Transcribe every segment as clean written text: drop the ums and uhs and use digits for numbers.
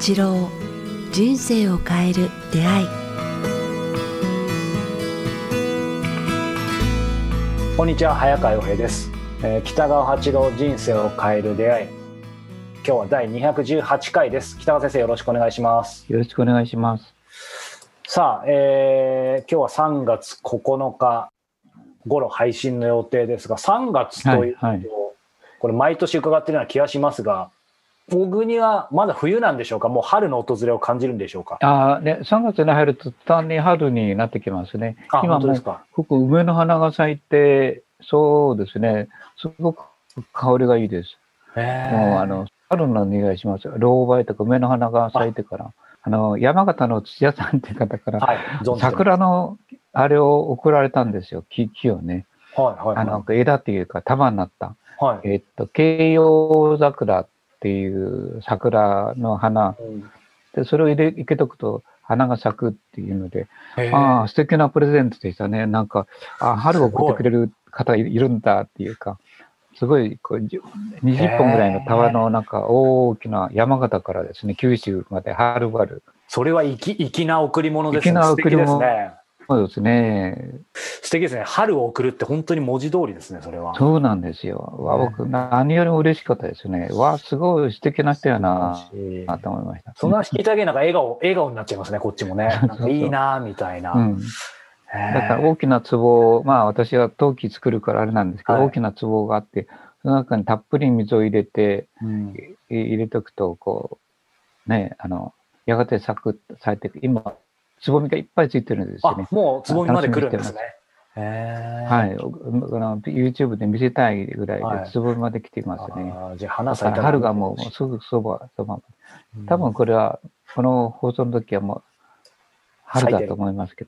八郎、人生を変える出会い。 こんにちは、早川洋平です。北川八郎、人生を変える出会い。今日は第218回です。北川先生、よろしくお願いします。 よろしくお願いします。 さあ、今日は3月9日頃配信の予定ですが、3月というと、これ毎年伺っているような気がしますが、小国はまだ冬なんでしょうか？もう春の訪れを感じるんでしょうか ？3月に入ると単に春になってきますね。今もここ梅の花が咲いて、そうですね、すごく香りがいいです。もう春の匂いします。ロウバイとか梅の花が咲いてから、山形の土屋さんって方から、桜のあれを送られたんですよ、木をね。枝っていうか束になった。慶葉桜っていう桜の花、でそれを生けとくと花が咲くっていうので、素敵なプレゼントでしたね。なんか春を送ってくれる方いるんだっていうか、すごい20本ぐらいの束のなんか大きな山形からですね、九州まではるばる。 それは粋な贈り物ですね。素敵ですね。 そうですね。 素敵ですね。春を送るって本当に文字通りですね、それは。 そうなんですよ。僕、何よりも嬉しかったですね。すごい素敵な人やなと思いました。 その話聞いただけなんか笑顔になっちゃいますね、こっちもね。なんかいいなみたいな。 だから大きな壺を、私は陶器作るからあれなんですけど、大きな壺があって、その中にたっぷり水を入れて、入れとくと、やがて咲いていく。今、つぼみがいっぱいついてるんですよね。 もうつぼみまで来るんですね。 YouTube で見せたいぐらいでつぼみまで来ていますね。 じゃあ花咲いたら春がもうすぐそば。多分これは、この放送の時はもう春だと思いますけど。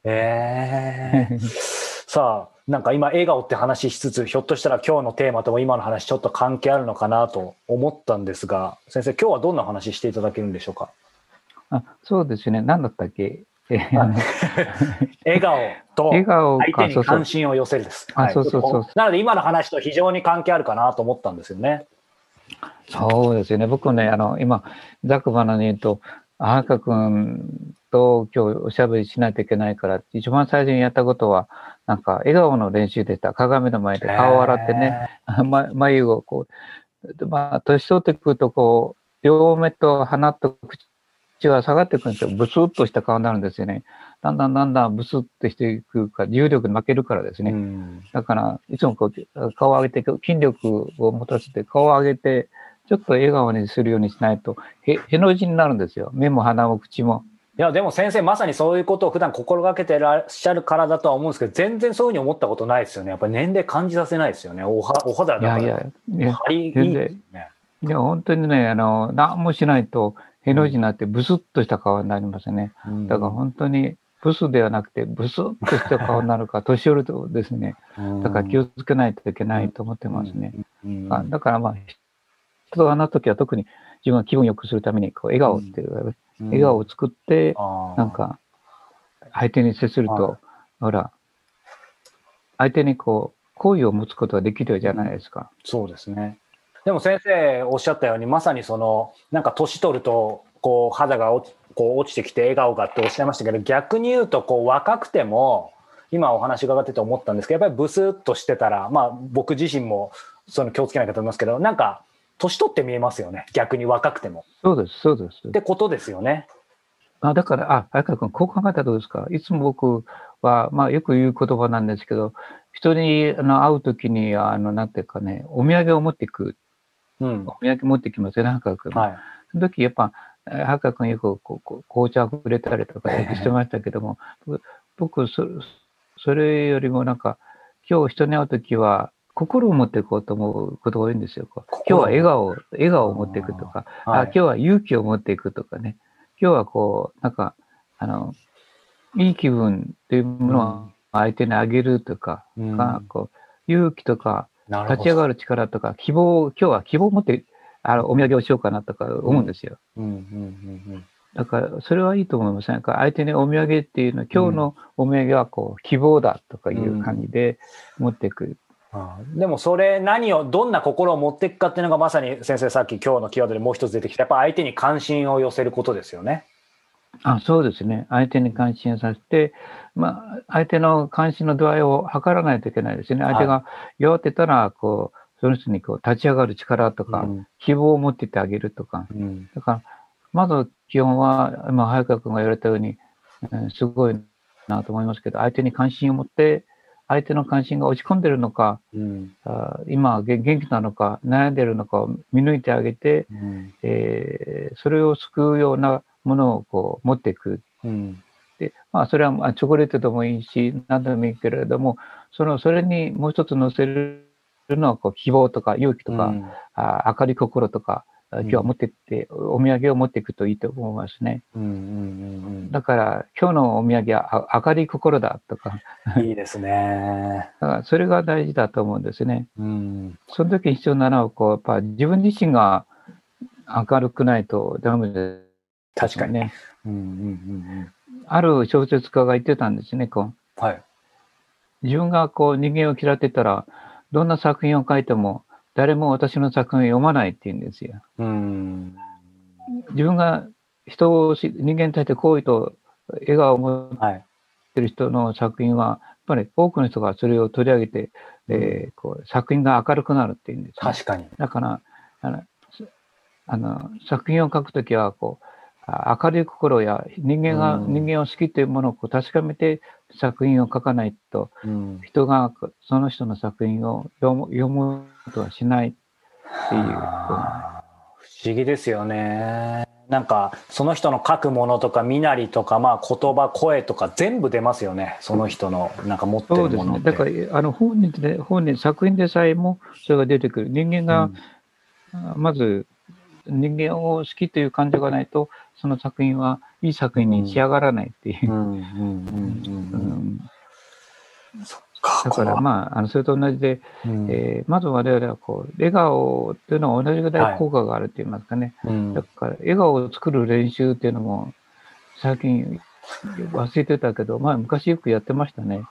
さあ、なんか今笑顔って話しつつ、ひょっとしたら今日のテーマとも今の話ちょっと関係あるのかなと思ったんですが、先生、今日はどんな話していただけるんでしょうか？ そうですね。何だったっけ？ 笑顔と相手に関心を寄せるです。なので今の話と非常に関係あるかなと思ったんですよね。 そうですよね。僕ね、今、ざくばらに言うと、早川君と今日おしゃべりしないといけないから、一番最初にやったことは、なんか笑顔の練習でした。鏡の前で顔を洗ってね、眉を年取ってくると、両目と鼻と口が下がってくるんですよ。ブスッとした顔になるんですよね。だんだんブスッとしていくか、重力に負けるからですね。だから、いつも顔を上げて、筋力を持たせて、顔を上げて、ちょっと笑顔にするようにしないと、への字になるんですよ。目も鼻も口も。 いや、でも先生、まさにそういうことを普段心がけてらっしゃるからだとは思うんですけど、全然そういうふうに思ったことないですよね。やっぱり年齢感じさせないですよね。お肌だから。いや、いいですね。 いや、本当にね、何もしないと、への字になってブスッとした顔になりますね。だから本当にブスではなくてブスッとした顔になるか、年寄るとですね。だから気をつけないといけないと思ってますね。だから人が話すときは特に自分が気分よくするために笑顔っていう、笑顔を作って、なんか相手に接すると、ほら、相手に好意を持つことができるじゃないですか。 そうですね。でも先生おっしゃったように、まさになんか年取ると肌が落ちてきて笑顔がっておっしゃいましたけど、逆に言うと若くても今お話伺ってて思ったんですけど、やっぱりブスッとしてたら、僕自身も気をつけないかと思いますけど、なんか年取って見えますよね。逆に若くても。 そうですそうです。 ってことですよね。 だから早川君こう考えたらどうですか？いつも僕はよく言う言葉なんですけど、人に会うときになんていうかね、お土産を持っていく。お土産持ってきますよね、早川君。その時やっぱ早川君よく紅茶をくれたりとかしてましたけども、僕それよりもなんか今日人に会う時は心を持っていこうと思うことが多いんですよ。今日は笑顔を持っていくとか、今日は勇気を持っていくとかね。今日はなんかいい気分っていうものを相手にあげるとか、勇気とか立ち上がる力とか今日は希望を持ってお土産をしようかなとか思うんですよ。だからそれはいいと思いますね。相手にお土産っていうのは、今日のお土産は希望だとかいう感じで持っていく。 でもそれどんな心を持っていくかっていうのがまさに先生さっき今日のキーワードでもう一つ出てきたやっぱ相手に関心を寄せることですよね。 そうですね。相手に関心をさせて、相手の関心の度合いを測らないといけないですね。相手が弱ってたら、その人に立ち上がる力とか、希望を持っていってあげるとか。だから、まず基本は、早川君が言われたように、すごいなと思いますけど、相手に関心を持って、相手の関心が落ち込んでるのか、今元気なのか、悩んでるのかを見抜いてあげて、それを救うようなものを持っていく。で、それはチョコレートでもいいし、何でもいいけれども、それにもう一つ乗せるのは希望とか勇気とか、明るい心とか、今日は持っていって、お土産を持っていくといいと思いますね。だから、今日のお土産は明るい心だとか。 いいですね。 だからそれが大事だと思うんですね。その時に必要なのは、やっぱ自分自身が明るくないとダメです。 確かにね。 ある小説家が言ってたんですね。自分が人間を嫌ってたら、どんな作品を書いても、誰も私の作品を読まないって言うんですよ。自分が人間に対して好意と笑顔を持ってる人の作品は、やっぱり多くの人がそれを取り上げて、作品が明るくなるって言うんですね。 確かに。 だから、作品を書くときは、明るい心や人間を好きというものを確かめて作品を書かないと、人がその人の作品を読むことはしないっていう。不思議ですよね。なんかその人の書くものとか身なりとか、言葉声とか全部出ますよね。その人のなんか持ってるものって。 そうですね。だから本人作品でさえもそれが出てくる。人間が、まず人間を好きという感情がないと、その作品はいい作品に仕上がらないっていう。だからそれと同じで、まず我々は笑顔っていうのは同じぐらい効果があるって言いますかね。だから笑顔を作る練習っていうのも最近忘れてたけど、昔よくやってましたね。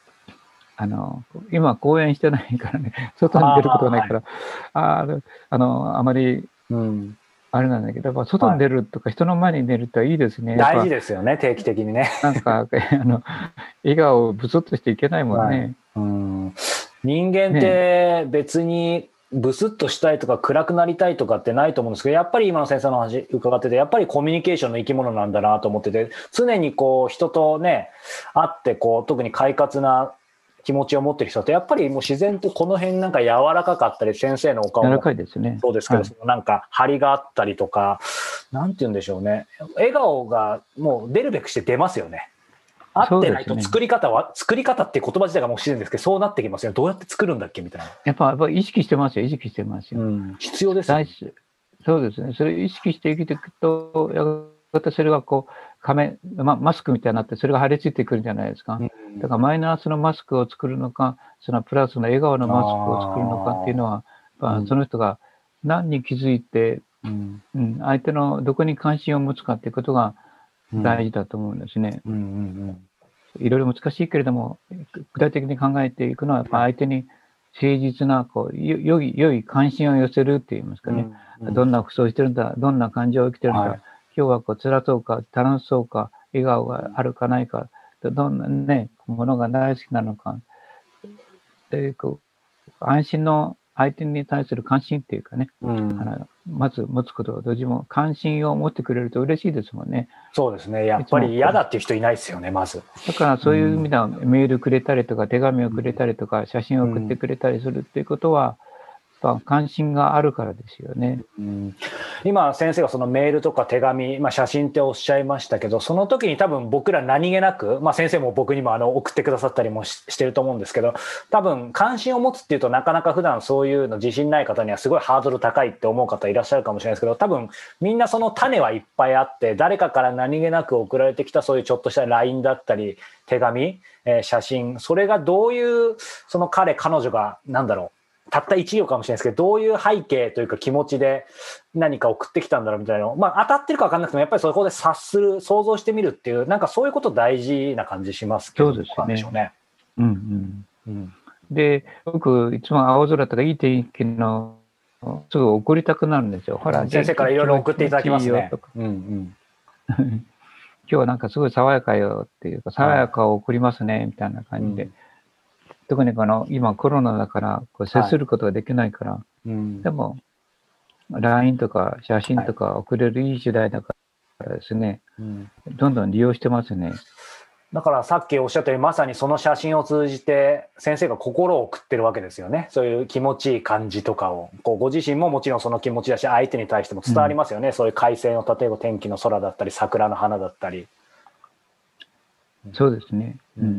今公演してないからね、外に出ることがないから、あまり、あれなんだけど、外に出るとか人の前に出るといいですね。 大事ですよね、定期的にね。 なんか、笑顔ブスッとしていけないもんね。 人間って別にブスッとしたいとか暗くなりたいとかってないと思うんですけど、やっぱり今の先生の話伺ってて、やっぱりコミュニケーションの生き物なんだなと思ってて、常に人とね、会って特に快活な気持ちを持ってる人ってやっぱりもう自然とこの辺なんか柔らかかったり、先生のお顔もそうですけど、なんか張りがあったりとか、なんて言うんでしょうね、笑顔がもう出るべくして出ますよね。合ってないと作り方っていう言葉自体がもう不自然ですけど、そうなってきますよね。どうやって作るんだっけみたいな。 やっぱ意識してますよ。 必要ですよね。 そうですね。それを意識して生きていくと、やがてそれがマスクみたいになって、それが貼り付いてくるんじゃないですか。だからマイナスのマスクを作るのか、そのプラスの笑顔のマスクを作るのかっていうのは、その人が何に気づいて、相手のどこに関心を持つかっていうことが大事だと思うんですね。いろいろ難しいけれども、具体的に考えていくのは、やっぱ相手に誠実な良い関心を寄せるって言いますかね。どんな服装してるんだ、どんな感情を生きてるんだ、今日は辛そうか、楽しそうか、笑顔があるかないか、どんなね、ものが大好きなのか。安心の相手に対する関心っていうかね、まず持つことを同時も関心を持ってくれると嬉しいですもんね。 そうですね。やっぱり嫌だっていう人いないですよね、まず。 だからそういう意味ではメールくれたりとか手紙をくれたりとか写真を送ってくれたりするっていうことは、関心があるからですよね。 今先生がそのメールとか手紙、写真っておっしゃいましたけど、その時に多分僕ら何気なく、先生も僕にも送ってくださったりもしてると思うんですけど、多分関心を持つっていうとなかなか普段そういうの自信ない方にはすごいハードル高いって思う方いらっしゃるかもしれないですけど、多分みんなその種はいっぱいあって、誰かから何気なく送られてきたそういうちょっとした LINE だったり手紙、写真、それがどういうその彼女がたった1行かもしれないですけど、どういう背景というか気持ちで何か送ってきたんだろうみたいなのを、当たってるか分かんなくてもやっぱりそこで察する、想像してみるっていう、なんかそういうこと大事な感じしますけど。 そうですね。 で、僕、いつも青空とかいい天気の、すぐ送りたくなるんですよ。ほら、 先生からいろいろ送っていただきますね。 今日はなんかすごい爽やかよっていうか、爽やかを送りますね、みたいな感じで。特に今コロナだから、接することができないから、でも、LINE とか写真とか送れるいい時代だからですね、どんどん利用してますね。 だからさっきおっしゃったように、まさにその写真を通じて先生が心を送ってるわけですよね。そういう気持ちいい感じとかをご自身ももちろんその気持ちだし、相手に対しても伝わりますよね。そういう快晴の、例えば天気の空だったり桜の花だったり。 そうですね。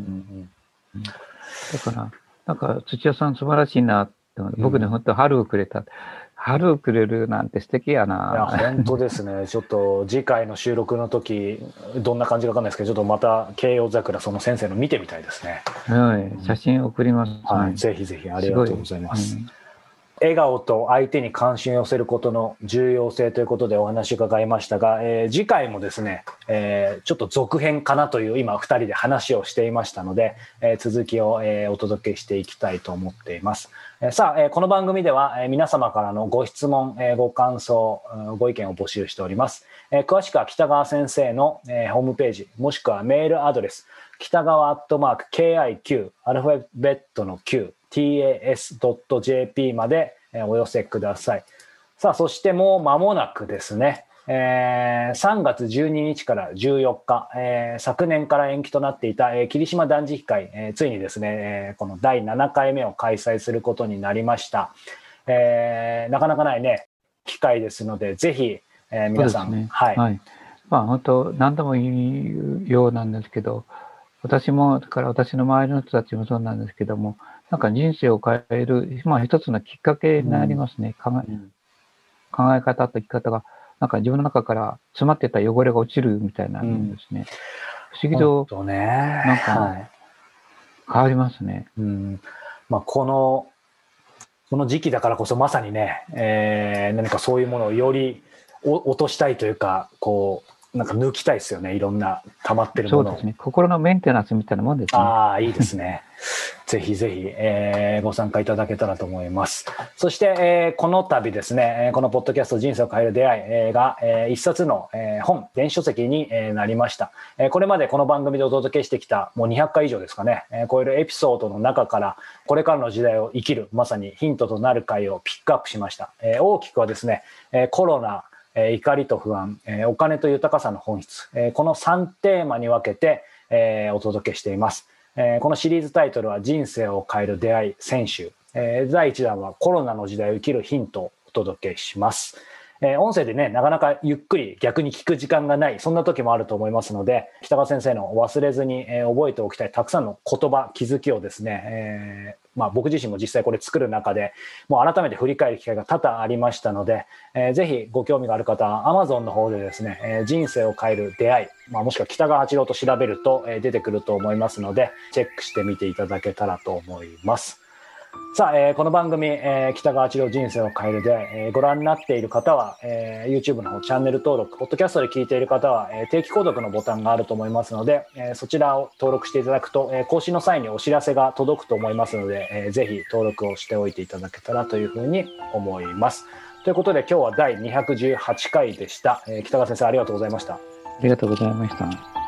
だからなんか土屋さん素晴らしいなって、僕ね本当春をくれた。春をくれるなんて素敵やな。 いや本当ですね。ちょっと次回の収録の時どんな感じかわかんないですけど、ちょっとまた慶応桜その先生の見てみたいですね。 はい、写真送ります、 はい、ぜひぜひありがとうございます。笑顔と相手に関心を寄せることの重要性ということでお話伺いましたが、次回もですね、ちょっと続編かなという今2人で話をしていましたので、続きを、お届けしていきたいと思っています。さあ、この番組では、皆様からのご質問、ご感想、ご意見を募集しております。詳しくは北川先生の、ホームページもしくはメールアドレス北川@KIQアルファベットの Q tas.jp までお寄せください。さあ、そしてもう間もなくですね、3月12日から14日、昨年から延期となっていた、霧島断食会、ついにですね、この第7回目を開催することになりました。なかなかないね、機会ですので、ぜひ、皆さん、 ね、はい。まあ本当何度も言うようなんですけど、私も、だから私の周りの人たちもそうなんですけども、なんか人生を変える、まあ一つのきっかけになりますね。考え方と生き方が、なんか自分の中から詰まってた汚れが落ちるみたいなんですね。不思議と、なんか、変わりますね。 まあこの時期だからこそまさにね、何かそういうものをより落としたいというか、なんか抜きたいですよね。いろんな溜まってるものを。 そうですね。心のメンテナンスみたいなもんですね。 ああ、いいですね。ぜひぜひ、ご参加いただけたらと思います。そして、この度ですね、このポッドキャスト人生を変える出会いが、一冊の、本、電子書籍に、なりました。これまでこの番組でお届けしてきた、もう200回以上ですかね、超えるエピソードの中から、これからの時代を生きる、まさにヒントとなる回をピックアップしました。大きくはですね、コロナ、怒りと不安、お金と豊かさの本質、この3テーマに分けて、お届けしています。このシリーズタイトルは人生を変える出会い選集、第1弾はコロナの時代を生きるヒントをお届けします。音声でね、なかなかゆっくり逆に聞く時間がない、そんな時もあると思いますので、北川先生の忘れずに、覚えておきたいたくさんの言葉、気づきをですね、僕自身も実際これ作る中でもう改めて振り返る機会が多々ありましたので、ぜひご興味がある方は Amazon の方でですね、人生を変える出会い、もしくは北川八郎と調べると、出てくると思いますので、チェックしてみていただけたらと思います。さあ、この番組、北川八郎人生を変えるで、ご覧になっている方は、YouTube の方チャンネル登録、ポッドキャストで聞いている方は、定期購読のボタンがあると思いますので、そちらを登録していただくと、更新の際にお知らせが届くと思いますので、ぜひ登録をしておいていただけたらというふうに思います。ということで今日は第218回でした。北川先生ありがとうございました。 ありがとうございました。